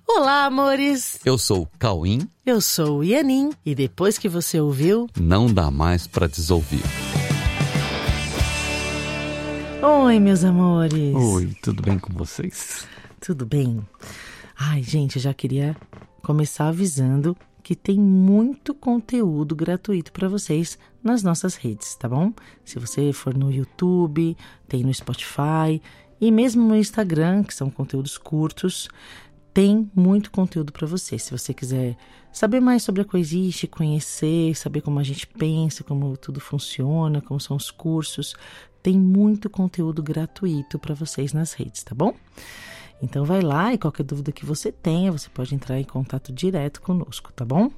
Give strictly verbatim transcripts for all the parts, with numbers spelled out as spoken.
Olá, amores! Eu sou o Cauim. Eu sou o Ianin. E depois que você ouviu, não dá mais pra desouvir. Oi, meus amores! Oi, tudo bem com vocês? Tudo bem? Ai, gente, eu já queria começar avisando que tem muito conteúdo gratuito para vocês nas nossas redes, tá bom? Se você for no YouTube, tem no Spotify e mesmo no Instagram, que são conteúdos curtos, tem muito conteúdo para você. Se você quiser saber mais sobre a Coexiste, conhecer, saber como a gente pensa, como tudo funciona, como são os cursos, tem muito conteúdo gratuito para vocês nas redes, tá bom? Então vai lá e qualquer dúvida que você tenha, você pode entrar em contato direto conosco, tá bom?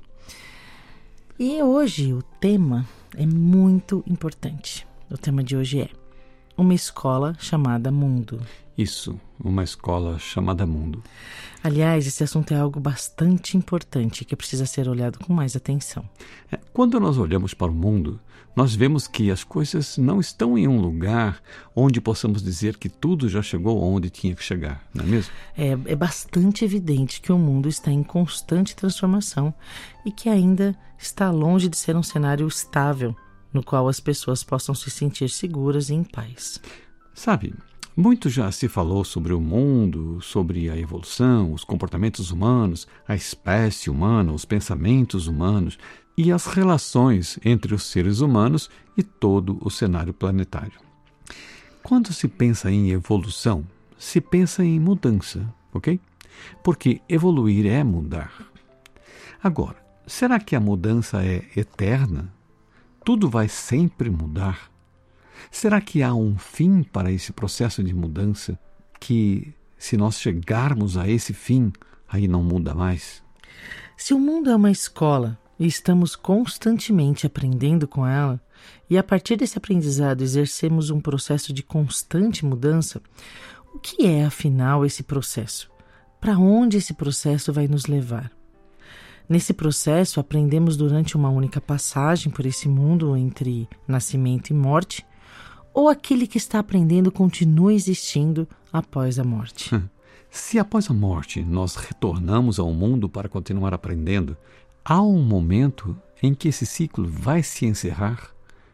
E hoje o tema é muito importante. O tema de hoje é uma escola chamada Mundo. Isso, uma escola chamada Mundo. Aliás, esse assunto é algo bastante importante que precisa ser olhado com mais atenção. É, quando nós olhamos para o mundo, nós vemos que as coisas não estão em um lugar onde possamos dizer que tudo já chegou onde tinha que chegar, não é mesmo? É, é bastante evidente que o mundo está em constante transformação e que ainda está longe de ser um cenário estável, no qual as pessoas possam se sentir seguras e em paz. Sabe, muito já se falou sobre o mundo, sobre a evolução, os comportamentos humanos, a espécie humana, os pensamentos humanos e as relações entre os seres humanos e todo o cenário planetário. Quando se pensa em evolução, se pensa em mudança, ok? Porque evoluir é mudar. Agora, será que a mudança é eterna? Tudo vai sempre mudar? Será que há um fim para esse processo de mudança que, se nós chegarmos a esse fim, aí não muda mais? Se o mundo é uma escola e estamos constantemente aprendendo com ela, e a partir desse aprendizado exercemos um processo de constante mudança, o que é, afinal, esse processo? Para onde esse processo vai nos levar? Nesse processo, aprendemos durante uma única passagem por esse mundo entre nascimento e morte, ou aquele que está aprendendo continua existindo após a morte? Se após a morte nós retornamos ao mundo para continuar aprendendo, há um momento em que esse ciclo vai se encerrar?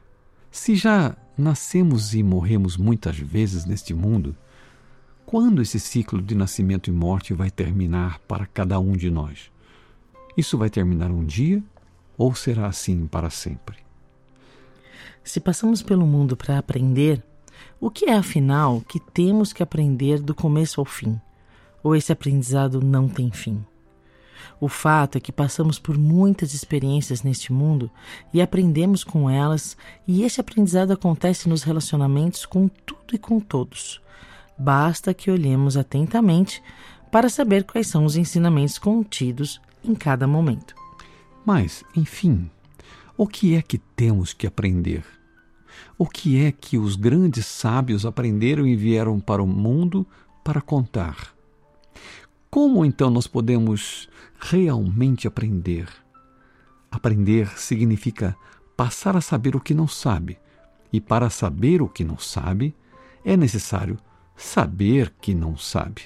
Se já nascemos e morremos muitas vezes neste mundo, quando esse ciclo de nascimento e morte vai terminar para cada um de nós? Isso vai terminar um dia ou será assim para sempre? Se passamos pelo mundo para aprender, o que é afinal que temos que aprender do começo ao fim? Ou esse aprendizado não tem fim? O fato é que passamos por muitas experiências neste mundo e aprendemos com elas, e esse aprendizado acontece nos relacionamentos com tudo e com todos. Basta que olhemos atentamente para saber quais são os ensinamentos contidos em cada momento. Mas, enfim, o que é que temos que aprender? O que é que os grandes sábios aprenderam e vieram para o mundo para contar? Como então nós podemos realmente aprender? Aprender significa passar a saber o que não sabe, e para saber o que não sabe, é necessário saber que não sabe.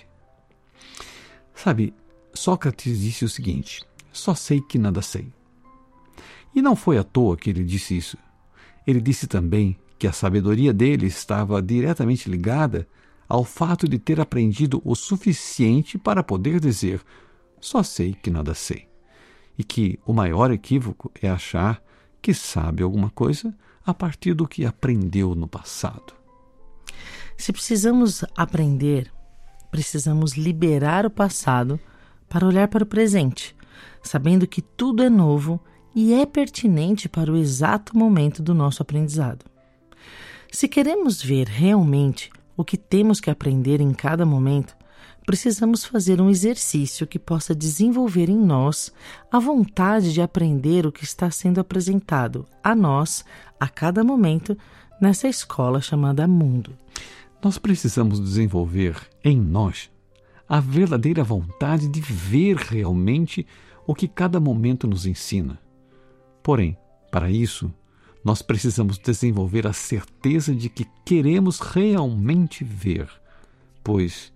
Sabe, Sócrates disse o seguinte: só sei que nada sei. E não foi à toa que ele disse isso. Ele disse também que a sabedoria dele estava diretamente ligada ao fato de ter aprendido o suficiente para poder dizer só sei que nada sei. E que o maior equívoco é achar que sabe alguma coisa a partir do que aprendeu no passado. Se precisamos aprender, precisamos liberar o passado para olhar para o presente, sabendo que tudo é novo e é pertinente para o exato momento do nosso aprendizado. Se queremos ver realmente o que temos que aprender em cada momento, precisamos fazer um exercício que possa desenvolver em nós a vontade de aprender o que está sendo apresentado a nós, a cada momento, nessa escola chamada Mundo. Nós precisamos desenvolver em nós a verdadeira vontade de ver realmente o que cada momento nos ensina. Porém, para isso, nós precisamos desenvolver a certeza de que queremos realmente ver, pois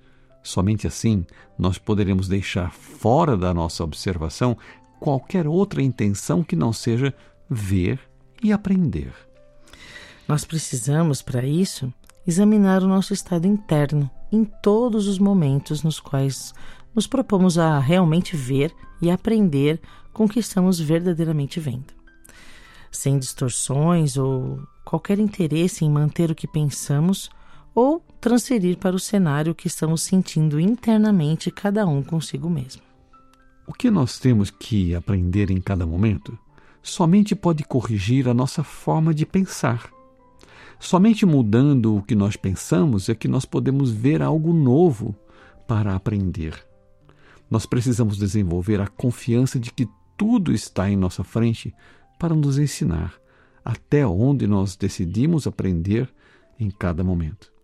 Somente assim nós poderemos deixar fora da nossa observação qualquer outra intenção que não seja ver e aprender. Nós precisamos, para isso, examinar o nosso estado interno em todos os momentos nos quais nos propomos a realmente ver e aprender com o que estamos verdadeiramente vendo. Sem distorções ou qualquer interesse em manter o que pensamos ou transferir para o cenário que estamos sentindo internamente, cada um consigo mesmo. O que nós temos que aprender em cada momento somente pode corrigir a nossa forma de pensar. Somente mudando o que nós pensamos é que nós podemos ver algo novo para aprender. Nós precisamos desenvolver a confiança de que tudo está em nossa frente para nos ensinar até onde nós decidimos aprender em cada momento.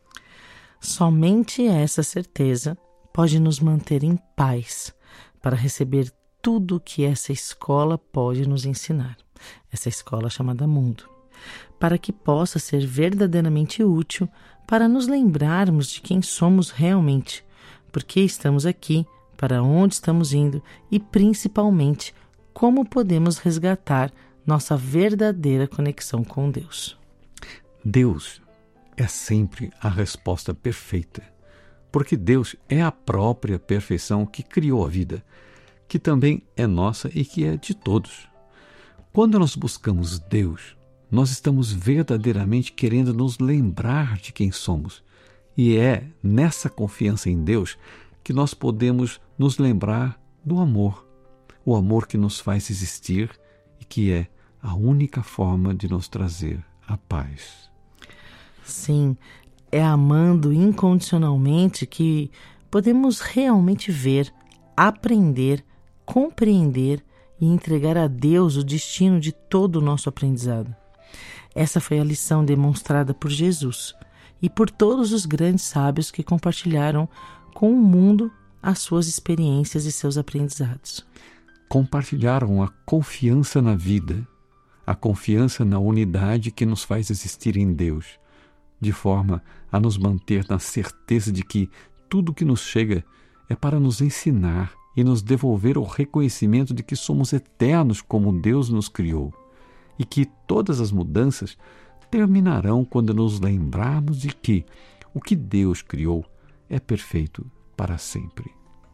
Somente essa certeza pode nos manter em paz para receber tudo o que essa escola pode nos ensinar, essa escola chamada mundo, para que possa ser verdadeiramente útil para nos lembrarmos de quem somos realmente, por que estamos aqui, para onde estamos indo e, principalmente, como podemos resgatar nossa verdadeira conexão com Deus. Deus é sempre a resposta perfeita, porque Deus é a própria perfeição que criou a vida, que também é nossa e que é de todos. Quando nós buscamos Deus, nós estamos verdadeiramente querendo nos lembrar de quem somos. E é nessa confiança em Deus que nós podemos nos lembrar do amor. O amor que nos faz existir e que é a única forma de nos trazer a paz. Sim, é amando incondicionalmente que podemos realmente ver, aprender, compreender e entregar a Deus o destino de todo o nosso aprendizado. Essa foi a lição demonstrada por Jesus e por todos os grandes sábios que compartilharam com o mundo as suas experiências e seus aprendizados. Compartilharam a confiança na vida, a confiança na unidade que nos faz existir em Deus, de forma a nos manter na certeza de que tudo que nos chega é para nos ensinar e nos devolver o reconhecimento de que somos eternos como Deus nos criou. E que todas as mudanças terminarão quando nos lembrarmos de que o que Deus criou é perfeito para sempre.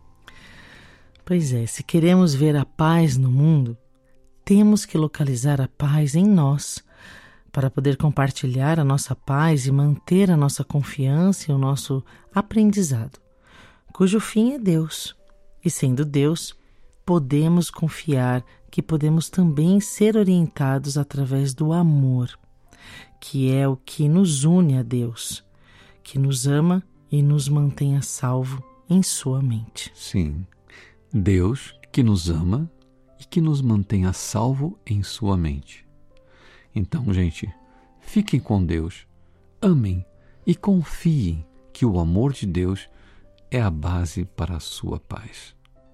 Pois é, se queremos ver a paz no mundo, temos que localizar a paz em nós, para poder compartilhar a nossa paz e manter a nossa confiança e o nosso aprendizado, cujo fim é Deus. E sendo Deus, podemos confiar que podemos também ser orientados através do amor, que é o que nos une a Deus, que nos ama e nos mantém a salvo em sua mente. Sim, Deus que nos ama e que nos mantém a salvo em sua mente. Então, gente, fiquem com Deus, amem e confiem que o amor de Deus é a base para a sua paz.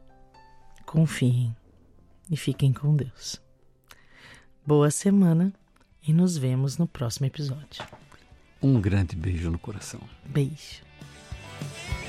Confiem e fiquem com Deus. Boa semana e nos vemos no próximo episódio. Um grande beijo no coração. Beijo.